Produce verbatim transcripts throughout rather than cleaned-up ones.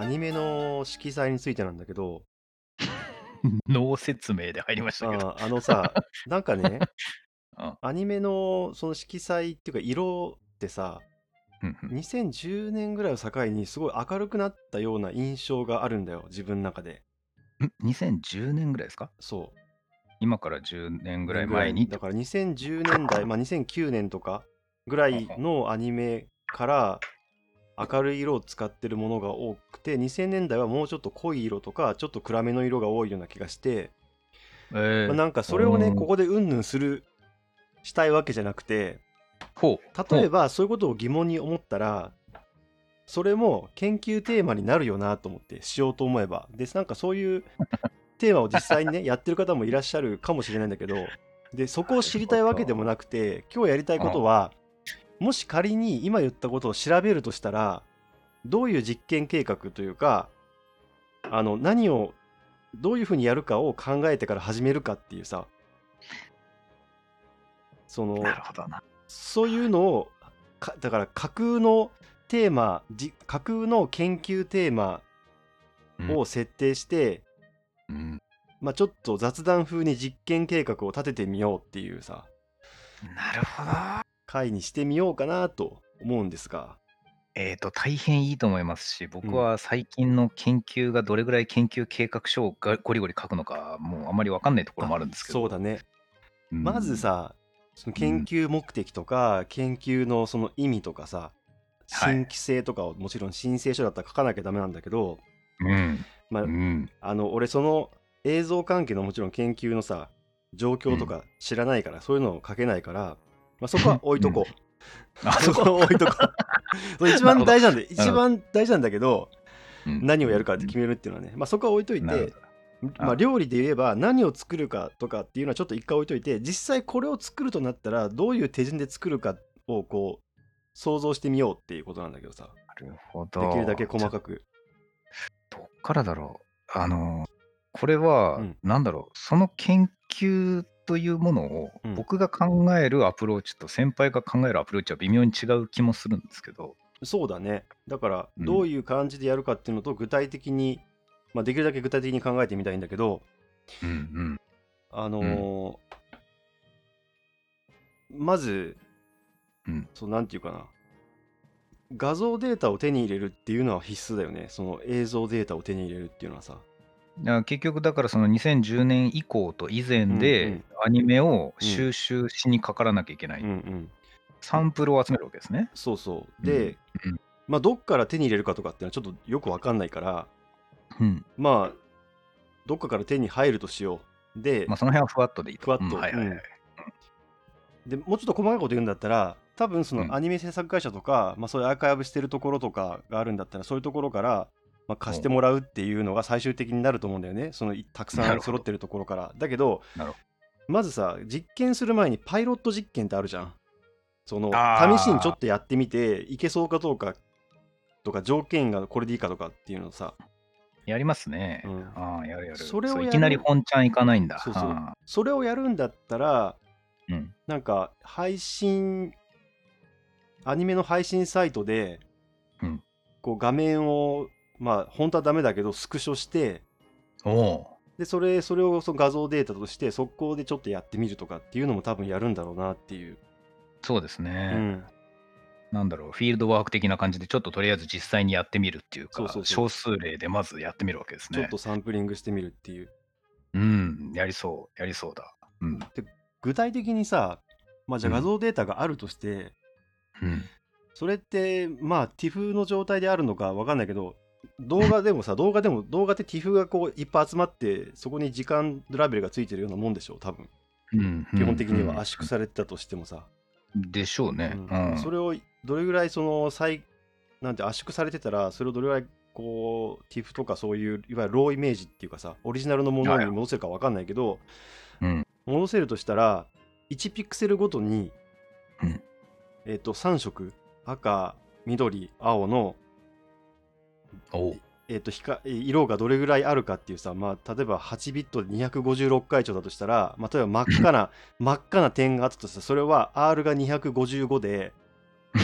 アニメの色彩についてなんだけど、 ノー説明で入りましたけど。 あーあのさ、なんかね、 うん、 アニメのその色彩っていうか色ってさ、 ふんふん。 にせんじゅうねんぐらいを境にすごい明るくなったような印象があるんだよ、自分の中で。 ん、にせんじゅうねんぐらいですか？ そ今からじゅうねんう。 ぐらい年ぐらい、 前にってこと？ だからにせんじゅうねんだい、まあにせんきゅうねんとかぐらいほうほう。 のアニメから明るい色を使ってるものが多くて、にせんねんだいはもうちょっと濃い色とか、ちょっと暗めの色が多いような気がして、まあ、 ええ、 なんかそれをね、 おお。 ここでうんぬんする、したいわけじゃなくて、 ほう、ほう。 例えばそういうことを疑問に思ったら、それも研究テーマになるよなと思ってしようと思えば。で、なんかそういうテーマを実際にね、やってる方もいらっしゃるかもしれないんだけど、で、そこをなる知りほど。 たいわけでもなくて、今日やりたいうん。 ことは、もし仮に今言ったことを調べるとしたら、どういう実験計画というか、あの、何を、どういうふうにやるかを考えてから始めるかっていうさ、その、 なるほどな。 そういうのをかだから架空のテーマじ架空の研究テーマうん、 を設定して、 うん。 まあ、ちょっと雑談風に実験計画を立ててみようっていうさなるほど。 回にしてみようかなと思うんですが。 えっと、大変いいと思いますし、僕うん。 は最近の研究がどれぐらい研究計画書をがゴリゴリ書くのか、もうあんまりわかんないところあ、 もあるんですけど。 そうだね。 うまずん、 さ、そのうん、 研究目的とか研究のその意味とかさ、 はい。 新規性とかをもちろん申請書だったら書かなきゃダメなんだけど、 うん、 まあ、 うん、 あの俺その映像関係のもちろん研究のさ状うん。 況とか知らないから、そういうのを書けないから、まあ、そこは置いうん。 とこあう。 そこ。 そこは置いとこう。そう一なるほど、 番大事なんでなるほど。 一番大事なんだけど、 うん、うん、 何をやるかってうん。 決めるっていうのはね、まあ、そこは置いといて、 なるほど。 まあ、 あ、 料理で言えば何を作るかとかっていうのはちょっと一回置いといて、実際これを作るとなったらどういう手順で作るかをこう想像してみようっていうことなんだけどさ、 なるほできるだけど。じゃ、 細かく。 どっからだろう。あの、これはうんなんだろう、その研究というものをうん。 僕が考えるアプローチと先輩が考えるアプローチは微妙に違う気もするんですけど。 そうだね。だからうん、 どういう感じでやるかっていうのと具体的に、まあ、できるだけ具体的に考えてみたいんだけど、 うんうんあうん、 のーまず、 うん。 そうなんていうかな、画像データを手に入れるっていうのは必須だよね。その映像データを手に入れるっていうのはさ。 あ、結局だからそのにせんじゅうねん以降と以前うんうんで、アニメをうん収集しにかからなきゃいけない。 うんうん。 サンプルを集めるわけですね。 そうそう。 うん、 で、 うん、 まあどっから手に入れるかとかっていうのはちょっとよくわかんないから、 うん。 まあどっかから手に入るとしよう。で、 ま、その辺はふわっとでいいと。うん、 ふわっと、 はいはいはい。 うん。で、もうちょっと細かいこと言うんだったら、多分そうん、 のアニメ制作会社とか、まあそういうアーカイブしてるところとかがあるんだったら、そういうところから、まあ、貸しておう、 もらうっていうのが最終的になると思うんだよね。そのいたくさなるほど、 ん揃ってるところから。だけど、 なるほまずさ、実験する前にパイロット実験ってあるじゃん。そど。 の、試しにちょああ、 っとやってみて、いけそうかどうかとか、条件がこれでいいかとかっていうのさ、 やりますね。 うん。 ああ、やるやる。 それそう、いきなりをやる、 本ちゃんいかないんだ。 そうそう。 はあ。 それをやるんだったら、 うん、 なんか、配信、アニメの配信サイトで、 うん。 こう画面を、まあ、本当はダメだけど、スクショして、 おお、 で、それ、それをその画像データとして、速攻でちょっとやってみるとかっていうのも多分やるんだろうなっていう。 そうですね。 うん。 なんだろう、フィールドワーク的な感じで、ちょっととりあえず実際にやってみるっていうか、 そうそうそう。 少数例でまずやってみるわけですね。 ちょっとサンプリングしてみるっていう。 うん、やりそう、やりそうだ。うん、 で、具体的にさ、まあじゃあ画うん、 像データがあるとして、 うん。 それって、まあ ティフ の状態であるのかわかんないけど、動画でもさ、動画でも、動画って ティフ がこういっぱい集まって、そこに時間ラベルがついてるようなもんでしょ、多分。 うん、う基本ん、うん。 的には圧縮されてたとしてもさ。 でしょうね。 うん。で、 うん。 それをどれぐらいその再、なんて圧縮されてたら、それをどれぐらいこう、ティフ とかそういう、いわゆるローイメージっていうかさ、オリジナルのものはい。 に戻せるかわかんないけど、 うん、 戻せるとしたら、いちピクセルごとに、 うん。 えっと、さん色、赤、緑、青の、 おお。 えっと、光色がどれぐらいあるかっていうさ、まあ、例えばはちビットでにひゃくごじゅうろく回調だとしたら、まあ、例えば真っ赤な、真っ赤な点があったとしたら、それは アール がにひゃくごじゅうごで、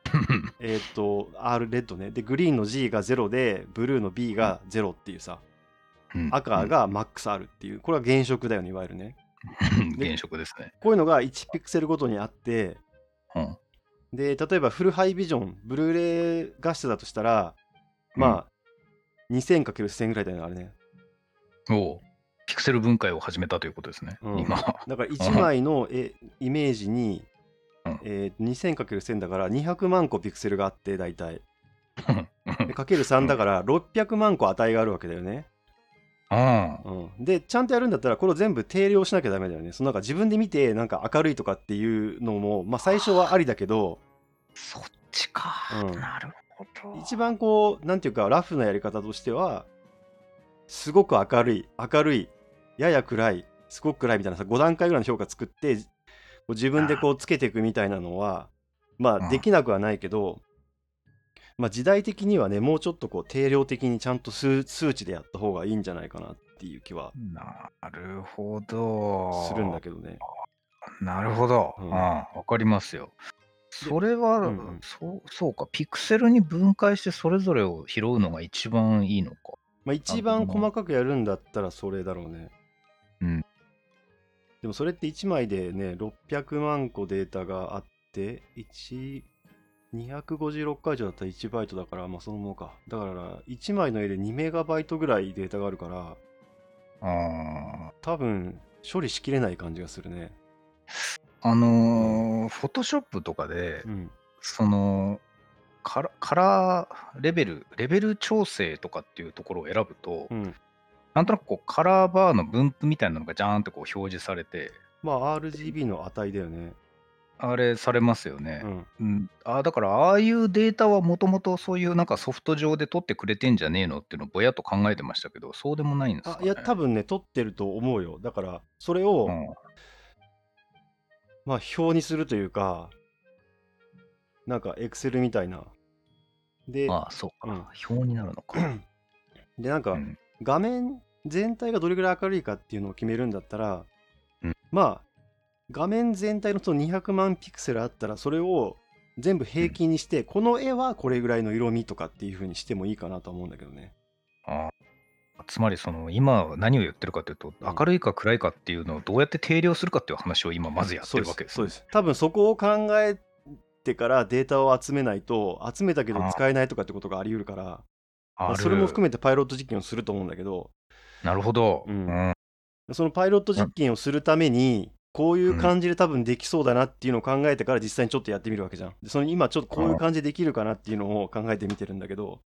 えーっと R レッドね。でグリーンの G がゼロでブルーの B うんがゼロっていうさ、 うんうん。 赤がマックス R っていう、これは原色だよね、いわゆるね。で現職ですね。 こういうのがいちピクセルごとにあって、 うん。 で例えばフルハイビジョンブルーレイ画質だとしたら、 うん。 まあ にせんかけるせん ぐらいだよね、あれね。 おうピクセル分解を始めたということですね、 うん。 今。 だからういちまいの絵イメージに、 んえー、にせんかけるせんだからにひゃくまんこピクセルがあって大体。 うんでかけるさんうんだからろっぴゃくまんこ値があるわけだよね。 あうん、でちゃんとやるんだったらこれを全部定量しなきゃダメだよね。そのなんか自分で見てなんか明るいとかっていうのも、まあ、最初はありだけど、 そっちか。 うん、 なるほど。 一番こうなんていうかラフなやり方としては、すごく明るい明るいやや暗いすごく暗いみたいなさご段階ぐらいの評価作ってこう自分であこうつけていくみたいなのはまあうん、 できなくはないけど、まあ、時代的にはねもうちょっとこう定量的にちゃんと数数値でやった方がいいんじゃないかなっていう気はなるほするんど。 だけどね。 なるほど。うん、 うん、 わかりますよ。 で、 それは、 うんうん。 そうそうか、ピクセルに分解してそれぞれを拾うのが一番いいのか。 まあな一番るほどな。 細かくやるんだったらそれだろうね。 うん。 でもそれっていちまいでねろっぴゃくまんこデータがあっていち にひゃくごじゅうろっかいじょうだったらいちバイトだから、まあそのものか。だからいちまいの絵でにメガバイトぐらいデータがあるから、 あ多分処理しきれない感じがするね。 あ、あうん。 のー、フォトショップとかで、 うん。 その、カラカラーレベル、レベル調整とかっていうところを選ぶと、 うん。 なんとなくこうカラーバーの分布みたいなのがジャーンとこう表示されて、 まあ アールジービー の値だよね。 あれされますよね。 うん。 うん。あ、だからああいうデータはもともとそういうなんかソフト上で取ってくれてんじゃねえのっていうのをぼやっと考えてましたけど、そうでもないんですあ、いや、 かね。 多分ね、取ってると思うよ。だから、それを、 うん。 まあ、表にするというか、なんか、エクセルみたいな。で、 ああ、そうか。 うん。 表になるのか。 で、なんか、 うん。 画面全体がどれぐらい明るいかっていうのを決めるんだったら、 うん。 まあ、画面全体のそのにひゃくまんピクセルあったら、それを全部平うん。 均にして、この絵はこれぐらいの色味とかっていう風にしてもいいかなと思うんだけどね。 ああ、つまりその今何を言ってるかというと、 うん。 明るいか暗いかっていうのをどうやって定量するかっていう話を今まずやってるそうです。 わけですね。 そうです。多分そこを考えてからデータを集めないと、集めたけどあ使えないとかってことがあり得るから、 あ、 まあ、 ある。 それも含めてパイロット実験をすると思うんだけど、 なるほど。 うん、 うん。 そのパイロットな実験をするために、こういううん。 感じで多分できそうだなっていうのを考えてから実際にちょっとやってみるわけじゃん。で、その今ちょっとこういうああ。 感じでできるかなっていうのを考えてみてるんだけど、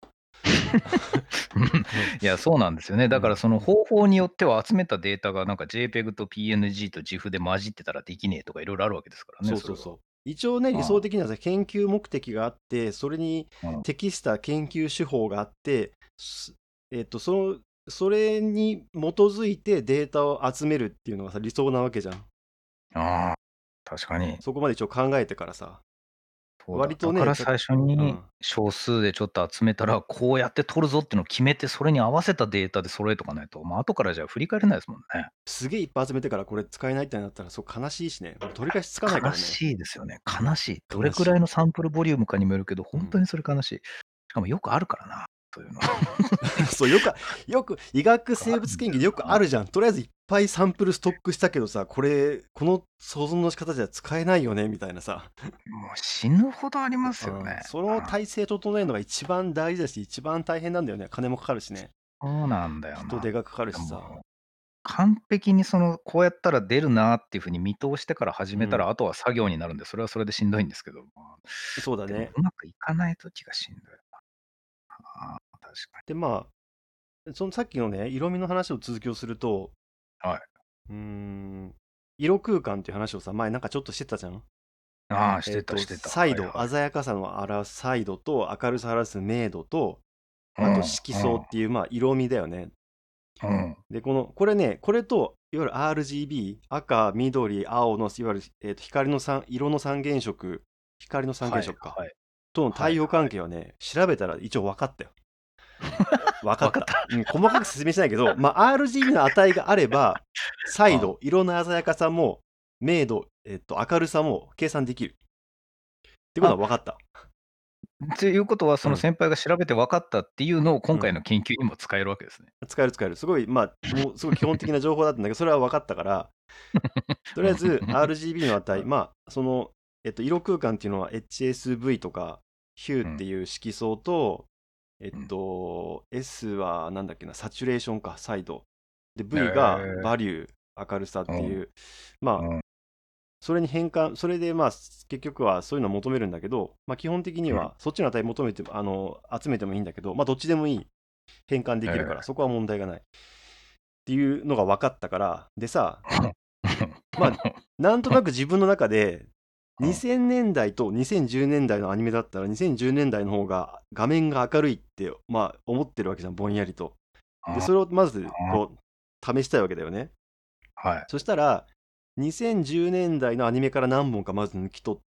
うんいや、そうなんですよね。 うん、 だからその方法によっては集めたデータがなんか JPEG と ピーエヌジー と ジフ で混じってたらできねえとかいろいろあるわけですからね、それは。 そうそうそう。一応ね、理想あ的にはさ研究目的があって、それにあ、うん。 適した研究手法があって、すえっと、その、それに基づいてデータを集めるっていうのがさ理想なわけじゃん。 ああ、確かに。 そこまで一応考えてからさ、 そうだ。 割とね、ただから最初にうん、 少数でちょっと集めたら、こうやって取るぞっていうのを決めて、それに合わせたデータで揃えとかないと、まあ、後からじゃ振り返れないですもんね。 すげえいっぱい集めてからこれ使えないってなったらそう悲しいしね、これ取り返しつかないからね。 悲しいですよね。 うん、 悲しい。どれ悲しい。 くらいのサンプルボリュームかにもよるけど、 うん。 ほんとにそれ悲しい。しかもよくあるからな、そういうの。 そう、よく、よく、医学あ生物研究でよくるんだよな。 あるじゃん。とりあえずいっぱいサンプルストックしたけどさ、これ、この保存の仕方じゃ使えないよね、みたいなさ。 もう死ぬほどありますうん、 よね。 その体制整えるのが一番大事だし、一番大変なんだよね。金もかかるしね。 そうなんだよな。 人手がかかるでも、 しさ。 完璧にその、こうやったら出るなっていう風に見通してから始めたら、 うん。 あとは作業になるんで、それはそれでしんどいんですけど、まあ、でもそうだね。 うまくいかない時がしんどいな。確かで、まあ、そのさっきのね、色味の話を続きをすると、 に。はい。 うーん、色空間っていう話をさ、前なんかちょっとしてたじゃん。 ああ、してたえっと、 してた。 彩度、 はいはい。 鮮やかさの表す彩度と明るさを表す明度と、あとうん、 色相っていう、まあ、色味だよね。 うん、うん。 で、この、これね、これと、いわゆる アールジービー、赤、緑、青の、いわゆる、えーと光の三、色の三原色、光の三はい原色か、 はい。 とのはい対応関はい。 係はね、調べたら一応分かったよ。分かった。 わかった。 うん、細かく説明しないけど、まあ、アールジービー の値があれば、彩あ度、色の鮮やかさも、明度、えっと、明るさも計算できる。ってことあ。 は分かった。 ていうことは、そのうん。 先輩が調べて分かったっていうのを今うん。 回の研究にも使えるわけですね。 使える使える。すごい、まあ、もうすごい基本的な情報だったんだけど、それは分かったから、とりうん。 あえず アールジービー の値、 うん。 まあ、その、えっと、色空間っていうのは エイチエスブイ とか ヒューうん。 っていう色相と、えっうん。 と、S はなんだっけな、サチュレーションか、サイド。で、 へ V がえ。 バリュー、明るさっうん。 ていう、まあ、 うん。 それに変換、それでまあ、結局はそういうのを求めるんだけど、まあ、基本的にうん。 はそっちの値求めても、あの、集めてもいいんだけど、まあ、どっちでもいい。変換できるから、 へえ。 そこは問題がない。っていうのが分かったから、でさ、まあ、なんとなく自分の中で、 うん。 にせんねんだいとにせんじゅうねんだいのアニメだったらにせんじゅうねんだいの方が画面が明るいって、まあ、思ってるわけじゃん、ぼんやりと。で、 あそれをまず、 あ、 こう、試したいわけだよね。 はい。 そしたら、にせんじゅうねんだいのアニメから何本かまず抜き取って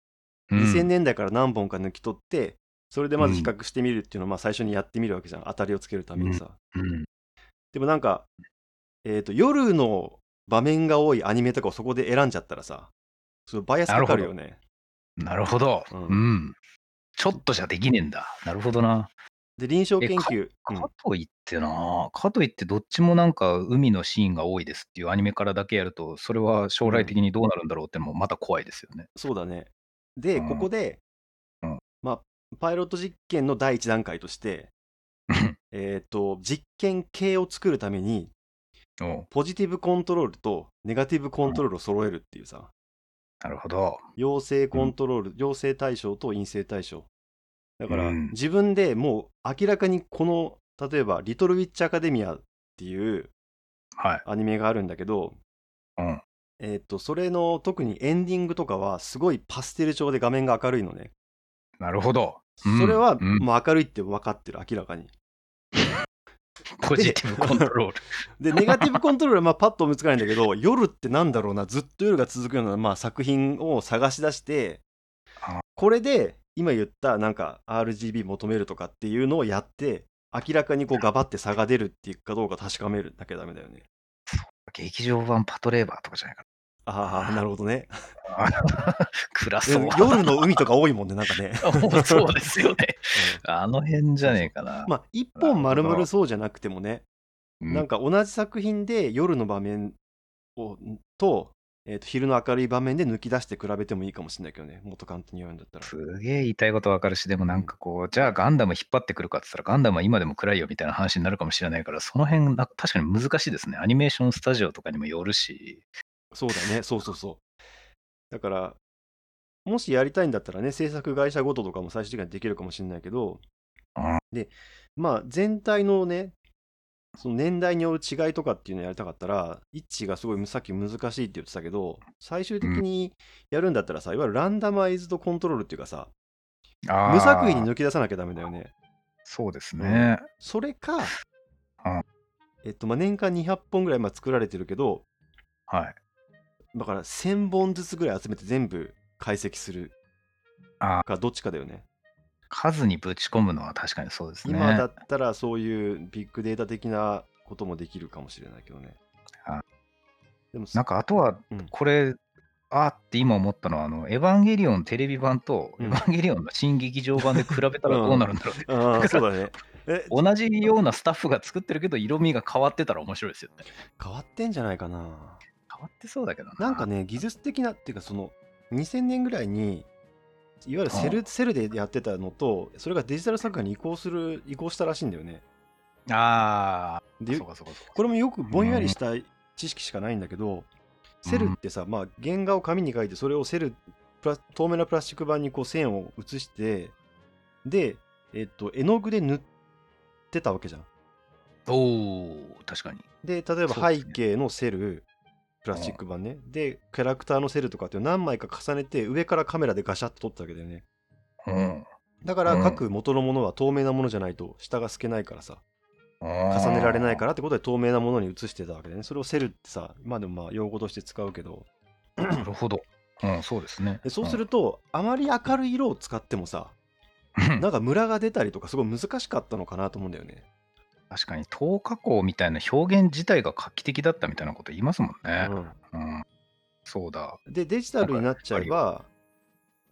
、2000 うん。 年代から何本か抜き取って、それでまず比うん。 較してみるっていうのをまあ最初にやってみるわけじゃん。当たりをつけるたうん。 めにさ。 うん。 でもなんか、えっと、夜の場面が多いアニメとかをそこで選んじゃったらさ、それバイアスかなるほど。 かるよね。 なるほど。 うん。 うん。ちょっとじゃできねえんだ。なるほどな。 で、臨床え、か研究、うかん、 といってな、かといってどっちもなんか海のシーンが多いですっていうアニメからだけやると、それは将来うん、 的にどうなるんだろうってのもまた怖いですよね。 そうだね。で、こうん。 こで、 うん。 まあ、パイロット実験の第一段階として、えっと、実験系を作るために、 おう。 ポジティブコントロールとネガティブコうん。 ントロールを揃えるっていうさ、 なるほど。 陽性うん。 コントロール、陽性対象と陰性対象。だからうん。 自分でもう明らかにこの、例えば、リトルウィッチアカデミアっていうはい。 アニメがあるんだけど、 うん。 えっと、それの特にエンディングとかはすごいパステル調で画面が明るいのね。 なるほど。うん。 それはうん。 もう明るいって分かってる、明らかに。 ポジで、 ティブコントロール。 で、ネガティブコントロールはまあパッと思いつかないんだけど、夜ってなんだろうな、ずっと夜が続くような、まあ、作品を探し出して、 あ、 これで今言ったなんか アールジービー 求めるとかっていうのをやって、明らかにこうガバって差が出るっていうかどうか確かめるだけダメだよね。 劇場版パトレーバーとかじゃないかああ、なるほどね。 な。暗そう。 うん、夜の海とか多いもんね、なんかね。 もうそうですよね。 うん、 あの辺じゃそうそう。 ねえかな。 まあ、一な本丸々 るほど。 そうじゃなくてもね、 うん。 なんか同じ作品で夜の場面をと、えーと、昼の明るい場面で抜き出して比べてもいいかもしれないけどね、もっと簡単に言うんだったら。 すげえ言いたいことわかるし、でもなんうん。 かこう、じゃあガンダム引っ張ってくるかって言ったら、ガンダムは今でも暗いよみたいな話になるかもしれないから、その辺な確かに難しいですね。アニメーションスタジオとかにもよるし。 そうだね、そうそうそう。だから、もしやりたいんだったらね、制作会社ごととかも最終的にはできるかもしれないけど、 うん。 で、まあ、全体のね、その年代による違いとかっていうのをやりたかったら、一致がすごいさっき難しいって言ってたけど、最終うん。 的にやるんだったらさ、いわゆるランダマイズドコントロールっていうかさ、無作為にああ、 抜き出さなきゃダメだよね。 そうですうん。 ね。 それか、 うん。 えっと、まあ、年間にひゃっぽんぐらいまあ作られてるけど、 はい。 だからせんぼんずつぐらい集めて全部解析するああ、 か、どっちかだよね。 数にぶち込むのは確かにそうですね。 今だったらそういうビッグデータ的なこともできるかもしれないけどね。 あ、 でもす、 なんかあとは、 うん、 これ、あーって今思ったのは、あの、エヴァンゲリオンテレビ版と、 うん、 エヴァンゲリオンの新劇場版で比べたらどううん、 なるんだろうって。 ああ、 だから、 そうだね。え、じ同じようなスタッフが作ってるけど、色味が変わってたら面白いですよね。 変わってんじゃないかな。 変わってそうだけどな。 なんかね、技術的なっていうか、そのにせんねんぐらいに、いわゆるセル、 うん。 セルでやってたのと、それがデジタル作画に移行する、移行したらしいんだよね。 ああ、 で、 そうかそうかそうかこれもそうか。 よくぼんやりした知識しかないんだけど、セルっうん。 てさ、まあ、原画を紙に描いて、それをセル、プラ透明なプラスチック板にこう線を写して、で、えっと、絵の具で塗ってたわけじゃん。 おお、確かに。 で、例えばそうですね。 背景のセル、プラスチック板ね。で、キャラクターのセルとかっていうのを何枚か重ねて、上からカメラでガシャッと撮ったわけだよね。 うん。 だから、 うん。 各元のものは透明なものじゃないと、下が透けないからさ、重ねられないあからってことで透明なものに移してたわけだよね。それをセルってさ、今でもまあ用語として使うけど、 あ、なるほど。うん、そうですね。 でそううん。 すると、あまり明るい色を使ってもさ、なんかムラが出たりとかすごい難しかったのかなと思うんだよね。 確かに、等加工みたいな表現自体が画期的だったみたいなこと言いますもんね。 うん。 うん、そうだ。 で、デジタ今回ルになっちゃあるよ。 えば、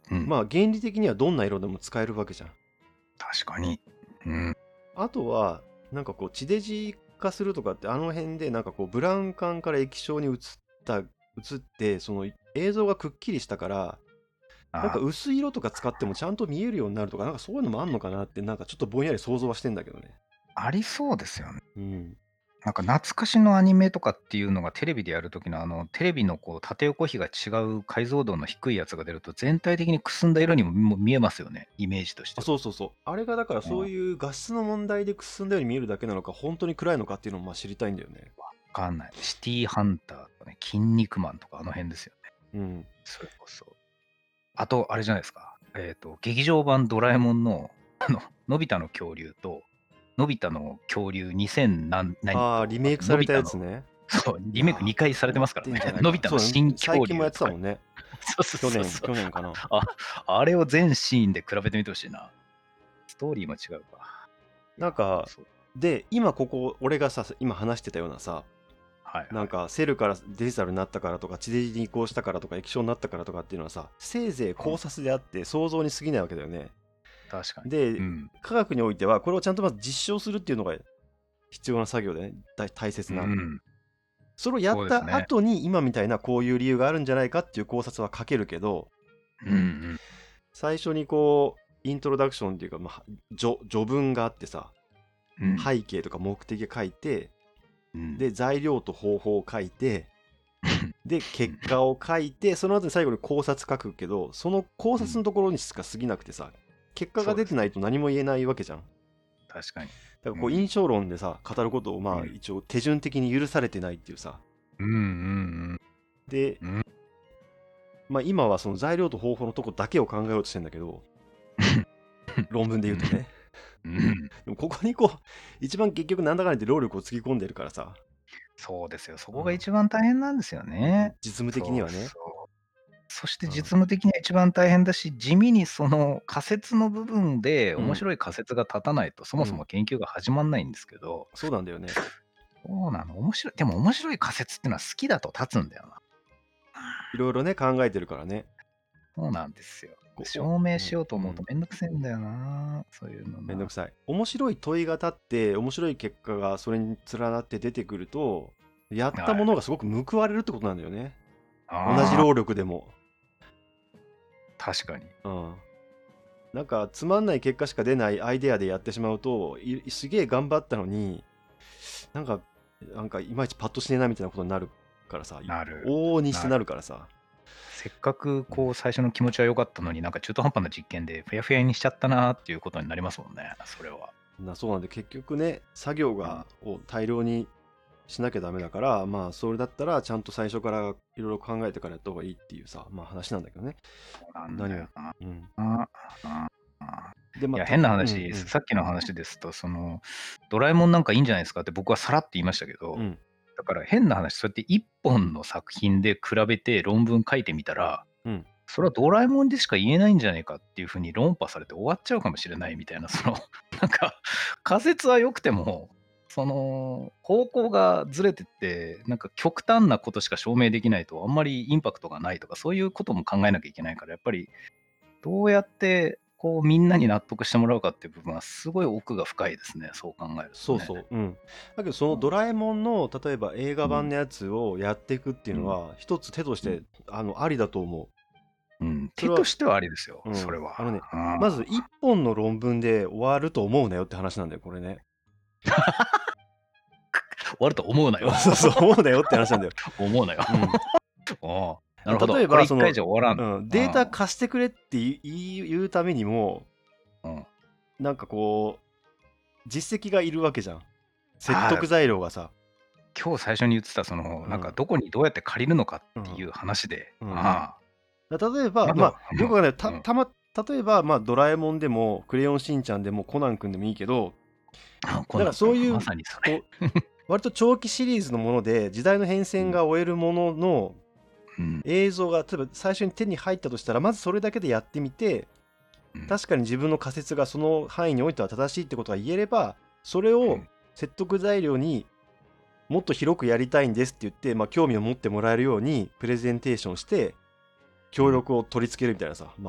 うん。 まあ原理的にはどんな色でも使えるわけじゃん。 確かに。うん。 あとはなんかこう地デジ化するとかってあの辺でなんかこうブラウン管から液晶に移った移ってその映像がくっきりしたからなんかあ、 薄い色とか使ってもちゃんと見えるようになるとかなんかそういうのもあんのかなってなんかちょっとぼんやり想像はしてんだけどね。 ありそうですよね。 うん。 なんか懐かしのアニメとかっていうのがテレビでやるときのあのテレビのこう縦横比が違う解像度の低いやつが出ると全体的にくすんだ色にもも見えますよね、イメージとしあ、 ては。 そうそうそう。あれがだからうん、わそういう画質の問題でくすんだように見えるだけなのか本当に暗いのかっていうのをまあ知りたいんだよね。 かんない。シティハンターとかね、筋肉マンとかあの辺ですよね。 うん。 それこそ。あと、あれじゃないですか。えっ、と、劇場版ドラえもんの、あの、のび太の恐竜と、のび太の恐竜にせん何何ああ、リと、あと、 メイクされたのび太の、 やつね。 そう、 いやリメイクにかいされてー、やっますからね。 てんじゃないのびか。そうだね。 太の新最近もや恐竜とか。 ってたもんね。 そうそ去年、 うそうそう。 去年かな。 あ、あれを全シーンで比べてみてほしいな。ストーリーも違うか。いや、 なんか、 そう。 で、今ここ、俺がさ、今話してたようなさ、 はいはい。 なんかセルからデジタルになったからとか、地デジに移行したからとか、液晶になったからとかっていうのはさ、せいぜい考察であって想像に過ぎないわけだよね。 確かに。 で、 うん。 科学においては、これをちゃんとまず実証するっていうのが必要な作業でね、大大切な。 うん。 それをやったそうですね。 後に、今みたいなこういう理由があるんじゃないかっていう考察は書けるけど、 うんうん。 最初にこう、イントロダクションっていうか、まあ、序序文があってさ、 うん。 背景とか目的が書いて、 うん、 で、材料と方法を書いて、で、結果を書いて、その後に最後に考察書くけど、その考察のところにしか過ぎなくてさ、結果が出てないと何も言えないわけじゃん。 確かに。 だからこう、 うん印象論でさ、語ることをまあうん一応手順的に許されてないっていうさ。 うんうんで、 うん。 まあ今はその材料と方法のとこだけを考えようとしてんだけど、論文で言うとね。 うん。 でもここにこう、一番結局なんだかんだ言って労力をつぎ込んでるからさ、 そうですよ。そこがうん、 一番大変なんですよね。 実務的にそうはね。 そう。そしてうん、 実務的には一番大変だし、地味にその仮説の部分でうん、 面白い仮説が立たないと、そもそもうん、 研究が始まんないんですけど、 そうなんだよね。 そうなの、面白い。でも面白い仮説ってのは好きだと立つんだよな。 いろいろね、考えてるからね。 そうなんですよ。 こう証明おしようと思うとうん、 めんどくせえんだよな。そういうのな。 めんどくさい。面白い問いが立って、面白い結果がそれに連なって出てくると、やったはい。 ものがすごく報われるってことなんだよね。同じああ、 労力でも。 確かに。 うん。なんか、つまんない結果しか出ないアイデアでやってしまうと、いすげえ頑張ったのに、なんか、なんかいまいちパッとしねえなみたいなことになるからさ、 なる。 往々にしてなる。 なるからさ。 せっかくうんこう最初の気持ちは良かったのに、なんか中途半端な実験でふやふやにしちゃったなっていうことになりますもんね、それは。 なそうなんで、結局ね、作業うん。 がを大量にしなきゃダメだから、まあ、それだったら、ちゃんと最初からいろいろ考えてからやった方がいいっていうさ、まあ話なんだけどね。 そうなんだ何を、 よな。 うん。 あああで、まあ、 いや、 た、 変なうん話、 うん、 さっきの話ですと、その、ドラえもんなんかいいんじゃないですかって僕はさらって言いましたけど、 うん、 だから変な話、そうやって一本の作品で比べて論文書いてみたら、 うん。 それはドラえもんでしか言えないんじゃないかっていうふうに論破されて終わっちゃうかもしれないみたいな、その、なんか、仮説は良くても、その、方向がずれてって、なんか極端なことしか証明できないと、あんまりインパクトがないとか、そういうことも考えなきゃいけないから、やっぱり、どうやって、こう、みんなに納得してもらうかっていう部分は、すごい奥が深いですね、そう考えるとね。 そうそう。うん。だけど、そのドラえもんの、例えば映画うん、 版のやつをやっていくっていうのうん、 は、一つ手としうん。 て、あの、ありだと思う。 うん、 それは、 手としてはありですよ、 うん。 それは。 あのね、 あまず一あ。 本の論文で終わると思うなよって話なんだよ、これね。 終わると思うなよ。 そうそう、思うなよって話なんだよ。 思うなよ。 うん。 おお、なるほど。 例えば、 これ一回その、 じゃ終わらん。 うん、データ貸してくれって言い言うためにも、 うん。うん。 なんかこう、実績がいるわけじゃん。説ああ、 得材料がさ。 今日最初に言ってた、その、なんかうん。 どこにどうやって借りるのかうん。 っていう話で、 うん。 あだ例えあ、 ば、 まだ、 まあ、よくわかんない。た、 うん、 たま、例えば、まあ、ドラえもんでも、クレヨンしんちゃんでも、コナンくんでもいいけど、 あ、コだからナン君、 そういう、 まさにそれ。 こう、割と長期シリーズのもので、時代の変遷うん、 が終えるもののうん、 映像が、例えば最初に手に入ったとしたら、まずそれだけでやってみて、 うん、 確かに自分の仮説がその範囲においては正しいってことが言えれば、それをうん、 説得材料にもっと広くやりたいんですって言って、まあ、興味を持ってもらえるようにプレゼンテーションして、協うん。 力を取り付けるみたいなさ、まあ、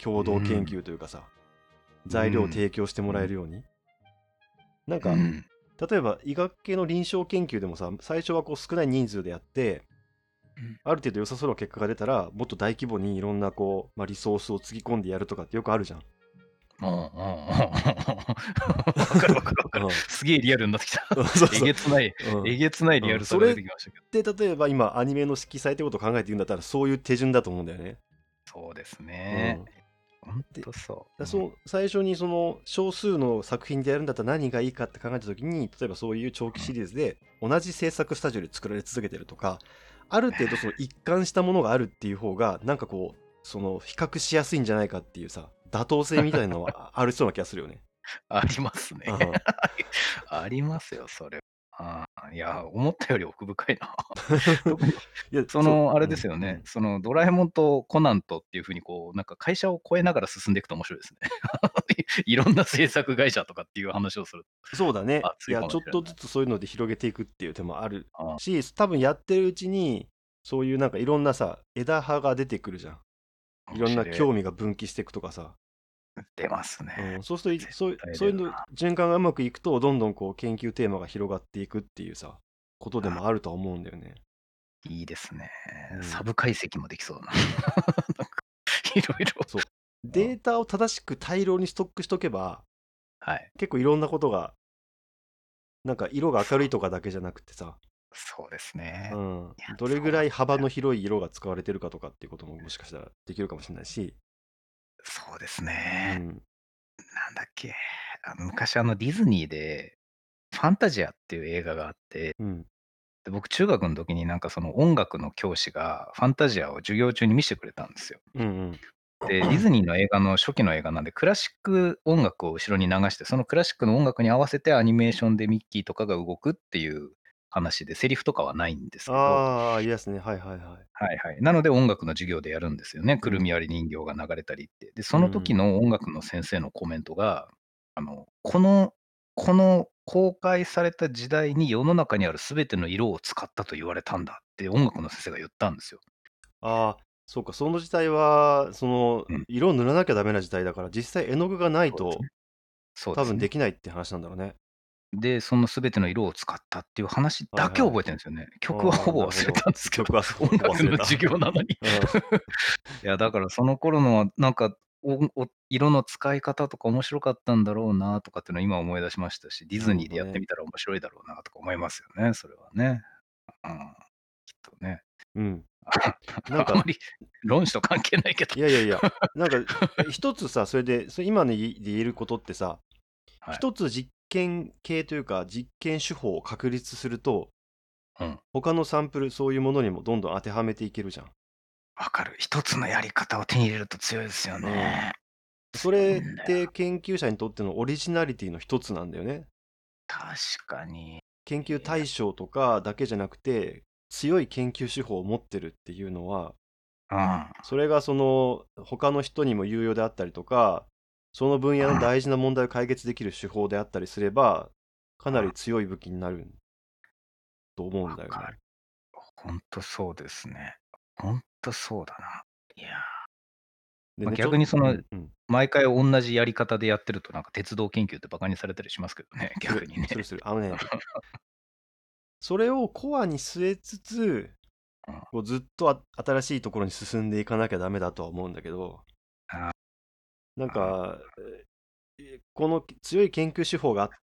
共同研ん。 究というかさ、 う材料をん。 提供してもうん。 らえるように。なんか、 うん。 例えば医学系の臨床研究でもさ、最初はこう少ない人数でやって、 うん。 ある程度良さそうな結果が出たら、もっと大規模にいろんなこう、まあ、リソースをつぎ込んでやるとかってよくあるじゃん。 うんうんうんうん。わかるわかるわかる。 うん。 すげえリアルになってきた。 うんそうえそう。 げつない、 うん。 えげつないリアうん。 ルさが出それってきましたけど。 て例えば今アニメの色彩ってことを考えていくんだったらそういう手順だと思うんだよね。 そうですうね。 ん。 ほんで、 とそう。うん。 だそう最初にその少数の作品でやるんだったら何がいいかって考えた時に、例えばそういう長期うん。 シリーズで同じ制作スタジオで作られ続けてるとか、ある程度その一貫したものがあるっていう方がなんかこうその比較しやすいんじゃないかっていうさ、妥当性みたいなのはありそうな気がするよね。 ありますね。 うん。 ありますよ、それ。ああ、いや、思ったより奥深いな。特に、 いや、そう、 その、あれうん、 ですよね、 うん。 その、ドラえもんとコナンとっていう風にこう、なんか会社を超えながら進んでいくと面白いですね。いろんな制作会社とかっていう話をするそうだね。いや、 熱いかもちょっとずしれない。 つそういうので広げていくっていう手もあるああ、 し、多分やってるうちに、そういうなんかいろんなさ、枝葉が出てくるじゃん。いろんな面白い。 興味が分岐していくとかさ。 出ますね。 うん、そうするとい、 絶そう、そういうの対出るな。 循環がうまくいくと、どんどんこう研究テーマが広がっていくっていうさ、ことであ、 もあるとは思うんだよね。 いいですね。 うん。 サブ解析もできそうだな。なんか、いろいろ。 そう。 うん、 データを正しく大量にストックしとけば、 はい。 結構いろんなことが、なんか色が明るいとかだけじゃなくてさ、 そうですね。 うん、 いや、 どれぐそうなんらい幅だよ。 の広い色が使われてるかとかっていうことももしかしたらできるかもしれないし、 そうですね。 うん、 なんだっけ、あの、昔あのディズニーで、ファンタジアっていう映画があって、 うん、 で、僕中学の時になんかその音楽の教師がファンタジアを授業中に見してくれたんですよ。 うん、 で、ディズニーの映画の初期の映画なんで、クラシック音楽を後ろに流して、そのクラシックの音楽に合わせてアニメーションでミッキーとかが動くっていう話で、セリフとかはないんですけど、 ああ、いいですね。はいはいはい。 はいはい。なので音楽の授業でやるんですよね。くるみうん、 割り人形が流れたりって。で、その時うん、 の音楽の先生のコメントが、あの、このこの公開された時代に世の中にある全ての色を使ったと言われたんだって音楽の先生が言ったんですよ。 ああ、そうか、その時代は、その、 うん。 色を塗らなきゃダメな時代だから、実際絵の具がないとそうですね。そう多分でですね。 きないって話なんだろうね。 で、その全ての色を使ったっていう話だけ覚はいはい。 えてるんですよね。曲はああ、 ほぼ忘れなるほど。 たんですけど、 曲はそ音ほぼ忘れた。 楽の授業なのに。 うん。 いや、だからその頃のはなんか、おお色の使い方とか面白かったんだろうなとかっていうのを今思い出しましたし、ディなズニーでやってるほどね。 みたら面白いだろうなとか思いますよね、それはね。うん、きっとね。 うん。なんか、 あんまり論旨と関係ないけど。 いやいやいや、なんか、え一つさ、それで、それ今の言いで言えることってさ、 はい。 一つ実験系というか、実験手法を確立すると、 うん。 他のサンプル、そういうものにもどんどん当てはめていけるじゃん。 わかる。一つのやり方を手に入れると強いですようん。 ね。 そ強いれっんだよ。 て研究者にとってのオリジナリティの一つなんだよね。 確かに。 研究いや、 対象とかだけじゃなくて、強い研究手法を持ってるっていうのは、 うん、 それがその他の人にも有用であったりとか、その分野のうん、 大事な問題を解決できる手法であったりすれば、かうん。 なり強い武器になると思うんだよね。 わかる。ほんとそうですね。ほんとそうだな。いや、ま、 でね、ちょ、 逆にその、 うんうん。 毎回おんなじやり方でやってるとなんか鉄道研究って馬鹿にされたりしますけどね、 する、 逆にね。 するする。あのね、それをコアに据えつつ、 うん。 こうずっとあ新しいところに進んでいかなきゃダメだとは思うんだけど、 あなんあ、 か、えこの強い研究手法があって、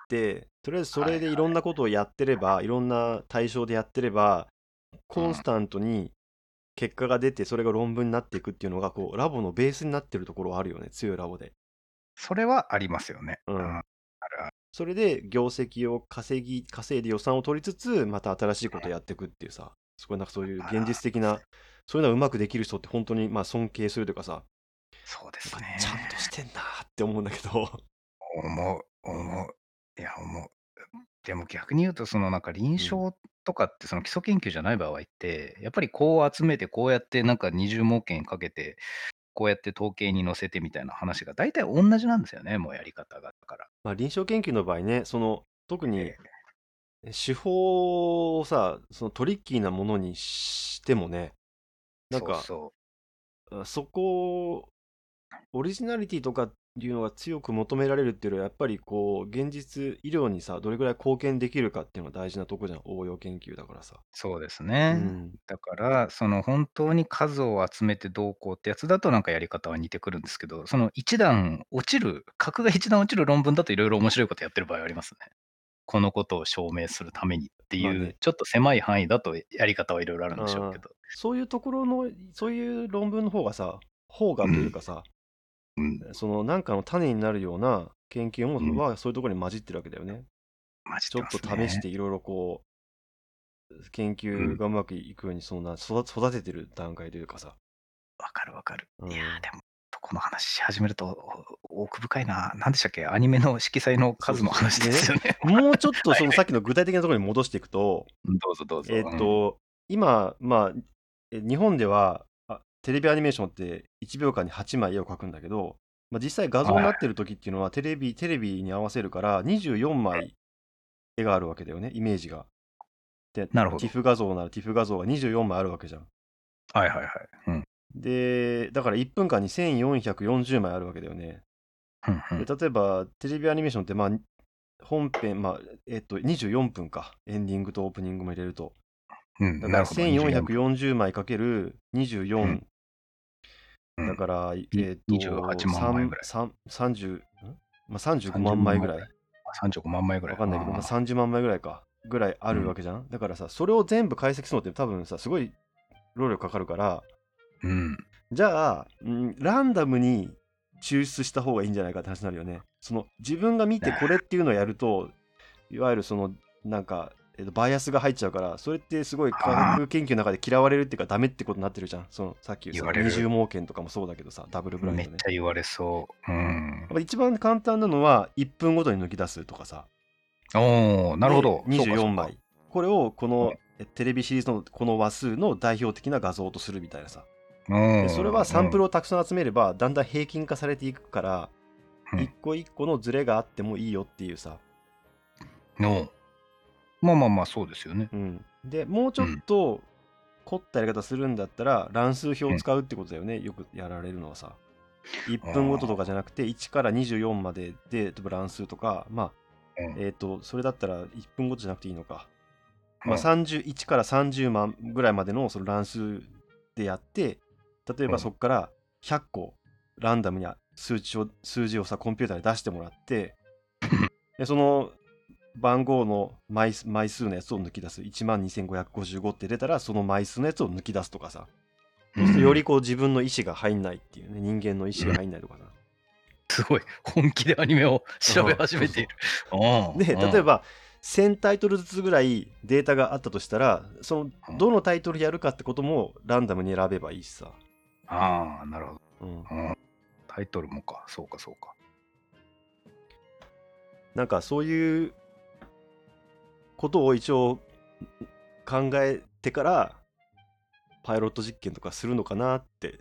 とりあえずそはいはい。 れでいろんなことをやってれば、いろんな対象でやってれば、 うん。 コンスタントに結果が出て、それが論文になっていくっていうのが、こう、ラボのベースになってるところはあるよね、強いラボで。 それはありますよね。うん。あうん。 るある。 それで業績を稼ぎ、稼いで予算を取りつつ、また新しいことをやっていくっていうさ、すごいなんかそういう現バラン実的な、そういうのがうまくできる人って本当にまあ尊敬するというかさ、 そうですなんかちゃんとしね。 てんなーって思うんだけど。 思う、思う。いや、思う。でも逆に言うと、そのなんか臨うん。 床とかってその基礎研究じゃない場合って、やっぱりこう集めて、こうやってなんか二重模型かけて、こうやって統計に乗せてみたいな話が大体同じなんですよね、もうやり方が。だから。 まあ臨床研究の場合ね、その、特にええ、 手法をさ、そのトリッキーなものにしてもね、なんか、 そうそう。 あそこオリジナリティとかっていうのが強く求められるっていうのはやっぱりこう現実医療にさどれぐらい貢献できるかっていうのが大事なとこじゃん、応用研究だからさ。 そうですうね。 ん。 だから、その本当に数を集めてどうこうってやつだとなんかやり方は似てくるんですけど、その一段落ちる、格が一段落ちる論文だといろいろ面白いことやってる場合ありますね。このことを証明するためにっていう、 まあね。 ちょっと狭い範囲だとやり方はいろいろあるんでしょうけああ、 ど。 そういうところの、そういう論文の方がさ、方がうん、 というかさ、 うん、 そのなんかの種になるような研究うん。 もはそういうところに混じってるわけだよね。 混じってまちょっとすね。 試していろいろこう、研うん。 究がうまくいくようにそんな育育ててる段階というかさ。 わかるわかる。いや、 うん。 でも、この話し始めると、お奥深いな。なんでしたっけ、アニメの色彩のそうそうそう。 数の話でね、 ですよね。 もうちょっとはいはい。 そのさっきの具体的なところに戻していくと、 どうぞどうぞ。 えっうん。 と、今、まあ、え日本ではあテレビアニメーションっていちびょうかんにはちまい絵を描くんだけど、まあ、実際画像になってはい。 る時っていうのはテレビ、テレビに合わせるからにじゅうよんまい絵があるわけだよね、イメージが。で、 なるほど。 ティフ画像ならティフ画像がにじゅうよんまいあるわけじゃん。 はいはいはい。うん。 で、だからいっぷんかんにせんよんひゃくよんじゅうまいあるわけだよね。で、 ふんふん。 例えばテレビアニメーションって、まあ、本編、まあ、えっと、にじゅうよんぷんか。エンディングとオープニングも入れると。 うん、 だからなるほど、にじゅうよんぷん。 せんよんひゃくよんじゅうまいかけるにじゅうよんうん、うん。 だから、 にえっと、 にじゅうはちまん枚 3、 ぐらい。 3、さんじゅう、んまあ、35 30 万枚ぐらい万枚ぐらい。あ、さんじゅうごまん枚ぐらい。 わかんないけど、まあ、 ああ。 さんじゅうまん枚ぐらいか。ぐらいあうん、 るわけじゃん。だからさ、それを全部解析するのって多分さ、すごい労力かかるから、 うん。 じゃあ、んランダムに抽出した方がいいんじゃないかって話になるよね。その、自分が見てこれっていうのをやると、いわゆるその、なんか、えっと、バイアスが入っちゃうから、それってすごい科ああ、 学研究の中で嫌われるっていうかダメってことになってるじゃん。その、さっき言うその二重言われる。 盲検とかもそうだけどさ、ダブルブラインめっドね。 ちゃ言われそう。ううん。やっん。 ぱ一番簡単なのはいっぷんごとに抜き出すとかさ。 おお、なるほで、 ど。そうか 24 そうか。 枚。これをこうん。 のえテレビシリーズのこの話数の代表的な画像とするみたいなさ。 うで、それはん、 サンプうん、 ルをたくさん集めれば、だんだん平均化されていくから、 うん。 一個一個のズレがあってもいいよっていうさ。 の、まあまあまあ、そうですよね。 うん。で、もうちょっうん、 と凝ったやり方するんだったら、乱数表をうん。 使うってことだよね。よくやられるのはさ。1 あ分ごととかじゃあ、 なくて、いちからにじゅうよんまでで、例えば乱数とか、まあ、 うん、 えっと、それだったらいっぷんごとじゃなくていいのか。まあ、 うん、 さんじゅういちからさんじゅうまんぐらいまでのその乱数でやって、例えばそうん。 こからひゃっこランダムに数値を数字をさ、コンピューターで出してもらって、でその番号の枚数枚数のやつを抜き出す。いちまんにせんごひゃくごじゅうごって出たら、その枚数のやつを抜き出すとかさ。そうするとよりうん、 こう自分の意思が入んないっていうね、人間の意思がうん。 入んないとかな。 すごい、本気でアニメを調べうん、 始めている。 そうそう。 うん、 で、 うん、 例えばせんタイトルずつぐらいデータがあったとしたら、そのうん。 どのタイトルやるかってこともランダムに選べばいいしさ。 ああ、なるほど。 うん。 うん。タイトルもか。そうかそうか。 なんかそういうことを一応考えてからパイロット実験とかするのかなって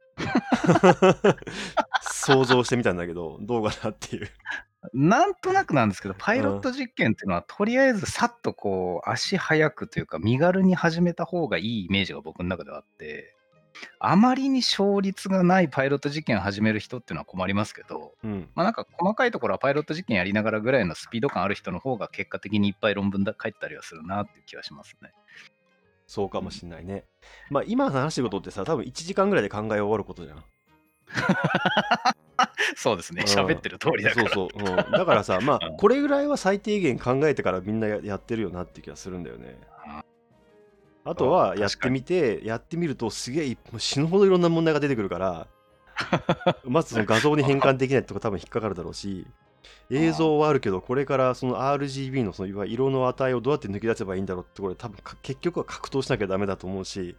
想像してみたんだけど、どうかなっていう。 なんとなくなんですけど、パイロッうん。 ト実験っていうのは、とりあえずさっとこう、足早くというか、身軽に始めた方がいいイメージが僕の中ではあって、あまりに勝率がないパイロット実験を始める人っていうのは困りますけど、 うん。 ま、なんか細かいところはパイロット実験やりながらぐらいのスピード感ある人の方が結果的にいっぱい論文だ書いてたりはするなっていう気はしますね。 そうかもうん。 しんないね。まあ今話してることってさ、多分いちじかんぐらいで考え終わることじゃん。 そうですね、喋っうてる通りん。 だから。 そうそう。うん。だからさ、まあうん。 これぐらいは最低限考えてからみんなややってるよなっていう気がするんだよね。 ああとあ、 はやって確かに。 みて、やってみるとすげえもう死ぬほどいろんな問題が出てくるから、まずその画像に変換できないとこ多分引っかかるだろうし、映ああ、 像はあるけど、これからその アールジービー のそのいわゆる色の値をどうやって抜き出せばいいんだろうってこれ多分か結局は格闘しなきゃダメだと思うし、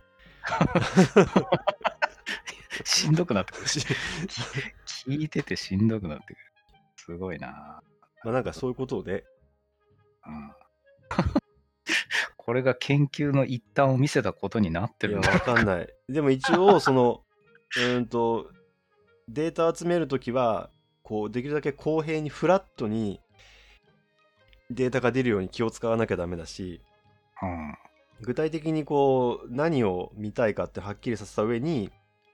しんどくなってくる。 しき聞いててしんどくなってくる。すごいな。なるほど。 まあなんかそういうことをね、 うん。これが研究の一端を見せたことになっていや、 るんだろわかんない。でも一応、その、うーんと、データ集めるときは、こう、できるだけ公平にフラットにデータが出るように気を使わなきゃダメだし、 う。うん。 具体的にこう、何を見たいかってはっきりさせた上に、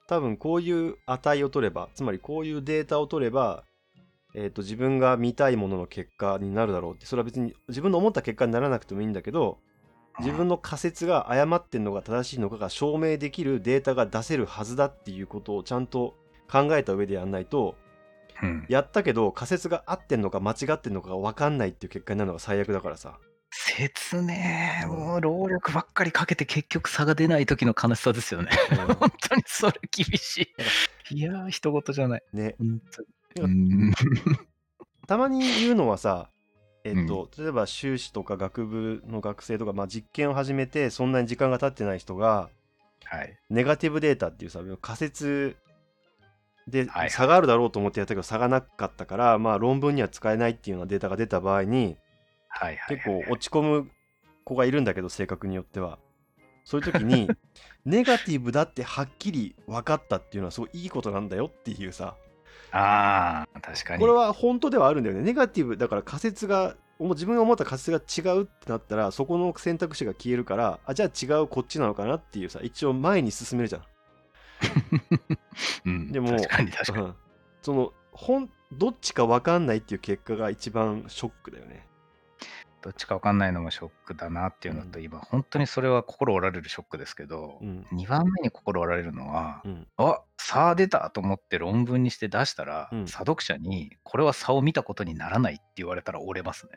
多分こういう値を取れば、つまりこういうデータを取れば、えーと、自分が見たいものの結果になるだろうって、それは別に自分の思った結果にならなくてもいいんだけど、自分の仮説が誤ってんのか正しいのかが証明できるデータが出せるはずだっていうことをちゃんと考えた上でやんないと、 うん、 やったけど仮説が合ってんのか間違ってんのかが分かんないっていう結果になるのが最悪だからさ。 説明、 うんもう労力ばっかりかけて結局差が出ない時の悲しさですよね。 うん本当にそれ厳しなんかい。いやー、人事じゃない。 ね、 本当に。うなんかん。 たまに言うのはさ、えっうん。 と、例えば修士とか学部の学生とか、まあ、実験を始めてそんなに時間が経ってない人がはい。 ネガティブデータっていうさ仮説ではいはい。 差があるだろうと思ってやったけど差がなかったから、まあ、論文には使えないっていうようなデータが出た場合にはいはい結はい。 構落ち込む子がいるんだけど、性格によってはそういう時にネガティブだってはっきり分かったっていうのはすごいいいことなんだよっていうさ、 ああ、確かこれに。 は本当ではあるんだよね。ネガティブだから仮説がもう自分が思った仮説が違うってなったらそこの選択肢が消えるから、あじゃあ違うこっちなのかなっていうさ、一応前に進めるじゃん。 うん、 でも、 確かに確かに。 うん、そのほんどっちか分かんないっていう結果が一番ショックだよね。 どっちか分かんないのもショックだなっていうのと、 うん今本当にそれは心折られるショックですけど、 うんにばんめに心折られるのは、 うんあ、差出たと思って論文にして出したら、 うん。 査読者にこれは差を見たことにならないって言われたら折れますね。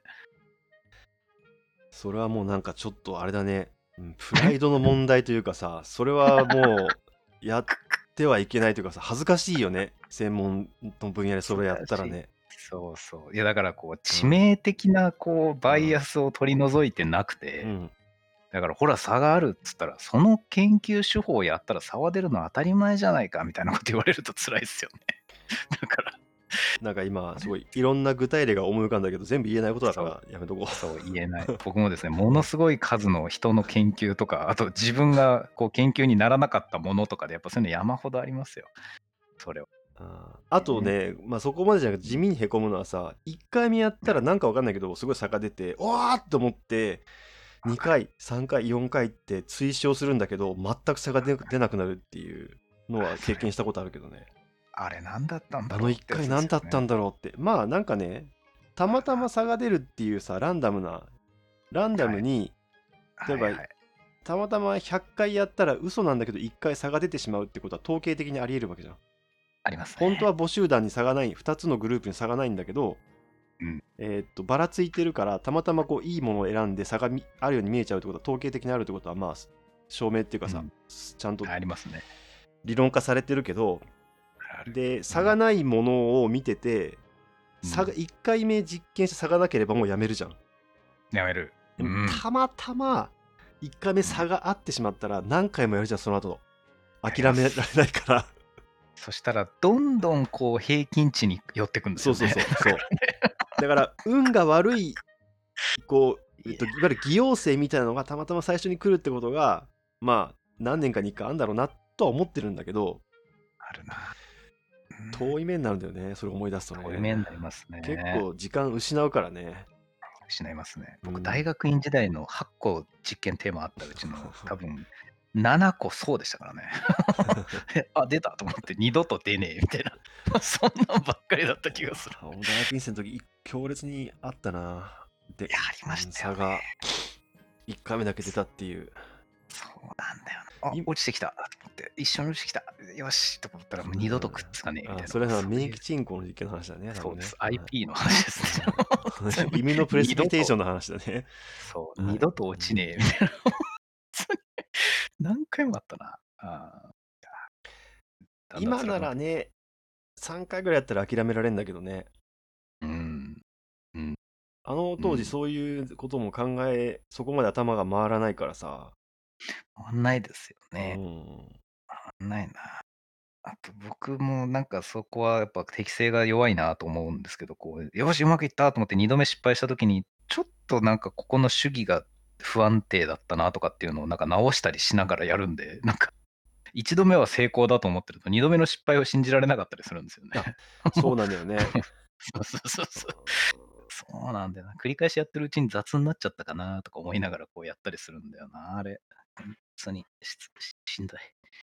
それはもうなんかちょっとあれだね、うん、プライドの問題というかさ、それはもうやってはいけないというかさ、恥ずかしいよね、専門の分野でそれやっ難しい。 たらね。 そうそう。いやだからこう致うん命的なこうバイうんアスを取り除いてなくて、 うんだからほら差があるっつったら、その研究手法をやったら差は出るのは当たり前じゃないかみたいなこと言われると辛いですよね。だから、 なんか今これすごいいろんな具体例が思い浮かんだけど全部言えないことだかそう、 らやめとこそう言えない。僕もですね、もう。うん、 のすごい数の人の研究とか、あと自分がこう研究にならなかったものとかで、やっぱそういうの山ほどありますよ。それはあーあとね。 ね、まあ、そこまでじゃなくて地味にへこむのはさ、いっかいめやったらなんかわかんないけどすごい差が出ておーっと思って2 わかる。 回さんかいよんかいって追試するんだけど全く差が出出なくなるっていうのはあ、それ、 経験したことあるけどね。 あれ何だったんだあの1 ろうってやつで回何すよね。 だったんだろうって。まあなんかね、たまたま差が出るっていうさ、ランダムな、ランダはい。 ムに、例えばはいはい。 たまたまひゃっかいやったら嘘なんだけどいっかい差が出てしまうってことは統計的にあり得るわけじゃん。 あります本当はね。 母集団に差がない、ふたつのグループに差がないんだけど、 うん。 えーっと、ばらついてるから、たまたまこういいものを選んで差がみあるように見えちゃうってことは統計的にあるってことは、まあ、証明っていうかさ、 うん。 ちゃんとありますね。 理論化されてるけど、 ある。 で、差がうん。 ないものを見てて、差がうん。 いっかいめ実験して差がなければもうやめるじゃん。 やめる。 でもうん。 たまたまいっかいめうん。 差があってしまったら何回もやるじゃん、その後やり諦められます。 ないから。 そしたら、どんどんこう平均値に寄ってくんですよね。 そうそうそうそう。だから運が悪い、こう、えっと、いいや、 わゆる偽陽性みたいなのがたまたま最初に来るってことが、まあ何年かにいっかいあるんだろうなとは思ってるんだけど、 あるな。うん。 遠い目になるんだよね、それ思い出すと遠いね。 目になります結ね。 構時間失うからね。 失いますね。僕、大うん。 学院時代のはっこ実験テーマあったうちの、多分ななこそうでしたからね。え、あ、出たと思って二度と出ねえみたいな。そんなんばっかりだった気がする。 俺も大学院生の時強烈にあったな。で、 いや、ありましうん、 たよね。 差がいっかいめだけ出たっていう。 そうなんだよな。あ、 い落ちてきたと思って、一緒に落ちてきた。よしと思ったらもう二度とくっつかねえみたあ、 いな、 それは免疫そういう、 チンコの実験の話だね、多分ね。 そうです。アイピー の話ですね。 うん、 全部イミュノプレシ二度と、 ピテーションの話だね。 そう、 はい。 二度と落ちうん、 ねえみたいな。何回もあったな。ああ、だんだん今な辛くなってくる。 らね、さんかいぐらいやったら諦められるんだけどね。 うん、うん、 あのうん。 当時そういうことも考え、そこまで頭が回らないからさ。 回んないですようね。 ん。 回んないな。あと僕もなんかそこはやっぱ適性が弱いなと思うんですけど、こう、よし、うまくいったと思ってにどめ失敗した時に、ちょっとなんかここの主義が不安定だったなとかっていうのをなんか直したりしながらやるんで、なんかいちどめは成功だと思ってるとにどめの失敗を信じられなかったりするんですよね。 あ、そうなんだよね。 そうそうそうそう。 うそうなんだよな。繰り返しやってるうちに雑になっちゃったかなとか思いながらこうやったりするんだよな、あれ。ほんとにしししんどい。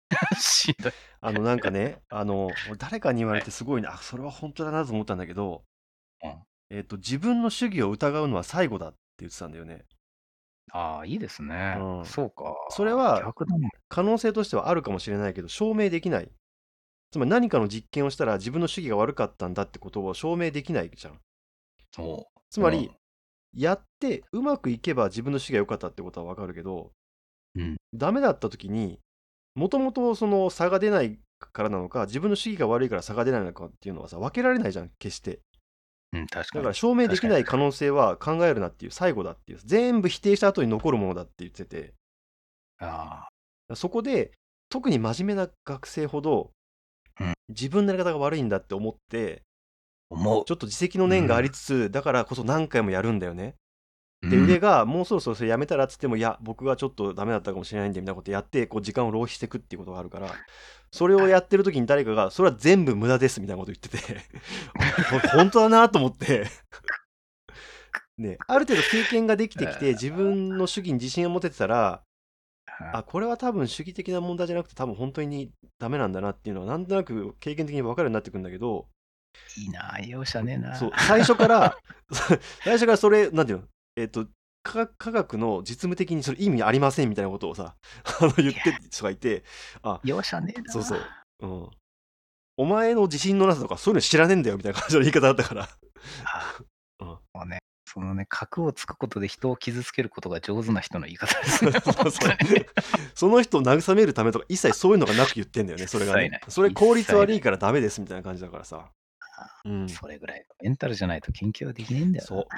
しんどい。 あのなんかね、あの、俺誰かに言わはい。 れてすごいな、あ、それは本当だなと思ったんだけど、 うん。 えっと、自分の主義を疑うのは最後だって言ってたんだよね。 ああ、いいですうね。 ん。 そうか。 それは逆だもん。 可能性としてはあるかもしれないけど、証明できない。つまり何かの実験をしたら自分の主義が悪かったんだってことを証明できないじゃん。 おう。 つまり、 うん。 やってうまくいけば自分の主義が良かったってことはわかるけど、 うん。 ダメだった時に、もともとその差が出ないからなのか、自分の主義が悪いから差が出ないのかっていうのはさ、分けられないじゃん、決して。 うん、確かに。 だから証明で確かに確かに。 きない可能性は考えるなっていう、最後だっていう、全部否定した後に残るものだって言ってて、 あそこで、特に真面目な学生ほど、 あ、うん。 自分のやり方が悪いんだって思って、 思う。 ちょっと自責の念があうん。 りつつ、だからこそ何回もやるんだよね。で、 うん。 上がもうそろそろそれやめたらっつっても、いや、僕がちょっとダメだったかもしれないんで、みたいなことやって、こう時間を浪費していくっていうことがあるから、それをやってる時に誰かが、それは全部無駄ですみたいなこと言っててほ本当だなと思ってね、ある程度経験ができてきて、自分の主義に自信を持ててたら、あ、これは多分主義的な問題じゃなくて、多分本当にダメなんだなっていうのは、なんとなく経験的に分かるようになってくるんだけど、 いいな、容赦ねえな。 そう、最初から最初からそれ、なんていうの、えっと、科科学の実務的にそれ意味ありませんみたいなことをさ、あの言っいや、 てる人がいて、あ、 容赦ねえそうそな。 う、うん。お前の自信のなさとかそういうの知らねえんだよみたいな感じの言い方だったから。 あうん。 あ、もうね、そのね、核をつくことで人を傷つけることが上手な人の言い方ですね、 そうほんとに。 そう。その人を慰めるためとか、一切そういうのがなく言ってんだよね、 一それがね。 切ない。 それ一効率切ない。 悪いからダメですみたいな感じだからさ。 ああ、 うん。 それぐらいのメンタルじゃないと研究はできねえんだよな。 そう。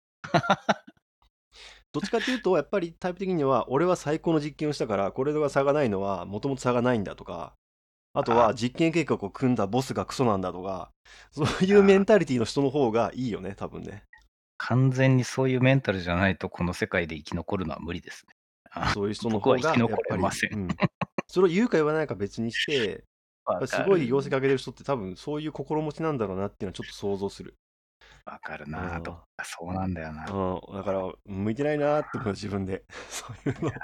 どっちかっていうと、やっぱりタイプ的には、俺は最高の実験をしたから、これが差がないのは、もともと差がないんだとか、あとあは実験計画を組んだボスがクソなんだとか、そういうメあ、 ンタリティの人の方がいいよね、多分ね。 完全にそういうメンタルじゃないと、この世界で生き残るのは無理ですね。あ、 そういう人の僕は方が、やっ生き残ぱり、 れません。 うん。それを言うか言わないか別にして、やっぱりすわかごい業績る。 上げれる人って多分そういう心持ちなんだろうなっていうのはちょっと想像する。 わかるな、 うん。 どっかそうなんだよな。 うん。だから、向いてないなーって思う、自分で。そういういや、 の。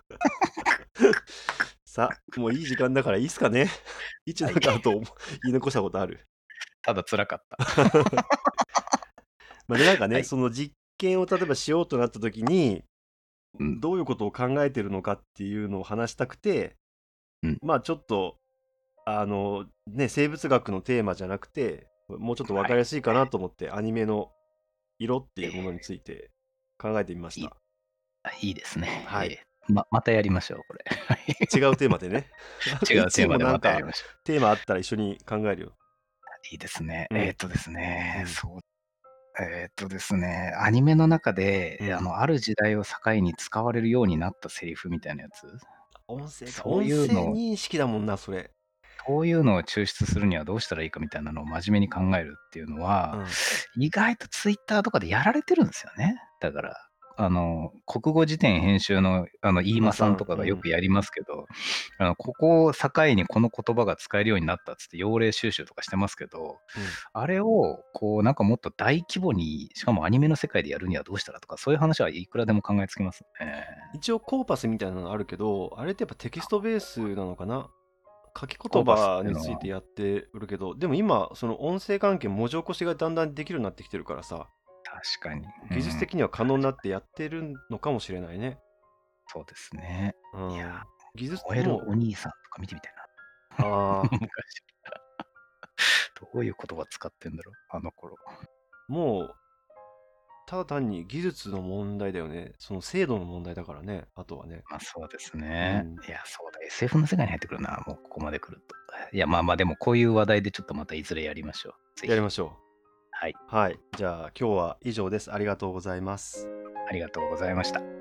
さあ、もういい時間だからいいっすかね。一はい。 なんかあと言い残したことある。 ただ辛かった。 まあで、なんかね、 はい。 その実験を例えばしようとなった時に、 うん、 どういうことを考えてるのかっていうのを話したくて、 うん。 まあちょっと、あの、ね、生物学のテーマじゃなくて、もうちょっと分はい。 かりやすいかなと思って、アニメの色っていうものにえついて考えてみましーいいた。 あ、いいですね。 はい。 えーままたやりましょう、これ。はい。 違うテーマでね。なんか違いつうテーマでまもなんかたやりましょう。 テーマあったら一緒に考えるよ。 いいですね。 うん。 えーっとですね、 うん。 そう、えーっとですね、アニメの中で、 うん。 あの、ある時代を境に使われるようになったセリフみたいなやつ、 音声か。 そう音いうのを声認識だもんな、それ。 そういうのを抽出するにはどうしたらいいかみたいなのを真面目に考えるっていうのは、 うん。 意外とツイッターとかでやられてるんですよね。だから、あの、国語辞典編集の、あの、飯間さん今さん、 とかがよくうん。 やりますけど、あの、ここを境にこの言葉が使えるようになったっつって用例収集とかしてますけど、 うん。 あれをこうなんかもっと大規模に、しかもアニメの世界でやるにはどうしたらとか、そういう話はいくらでも考えつきますね。 一応コーパスみたいなのあるけど、あれってやっぱテキストベースなのかな。書き言コーパスっ葉にていうのはついてやってるけど、でも今、その音声関係、文字起こしがだんだんできるようになってきてるからさ、 確かに、う技術ん、 的には可能になってやってるのかもしれないね。 そうですね。いや、 うん。技術、 燃えるもう、 お兄さんとか見てみたいな。 ああ、 昔。どういう言葉使ってんだろう、あの頃。 もう、ただ単に技術の問題だよね。その精度の問題だからね、あとはね。 ま、そうですね。 うん。 いや、そうだ、エスエフ の世界に入ってくるな、もうここまで来ると。いや、まあまあ、でもこういう話題でちょっとまたいずれやりましょう。ぜひ。 やりましょはい、 う。はい。じゃあ、今日は以上です。ありがとうございます。 ありがとうございました。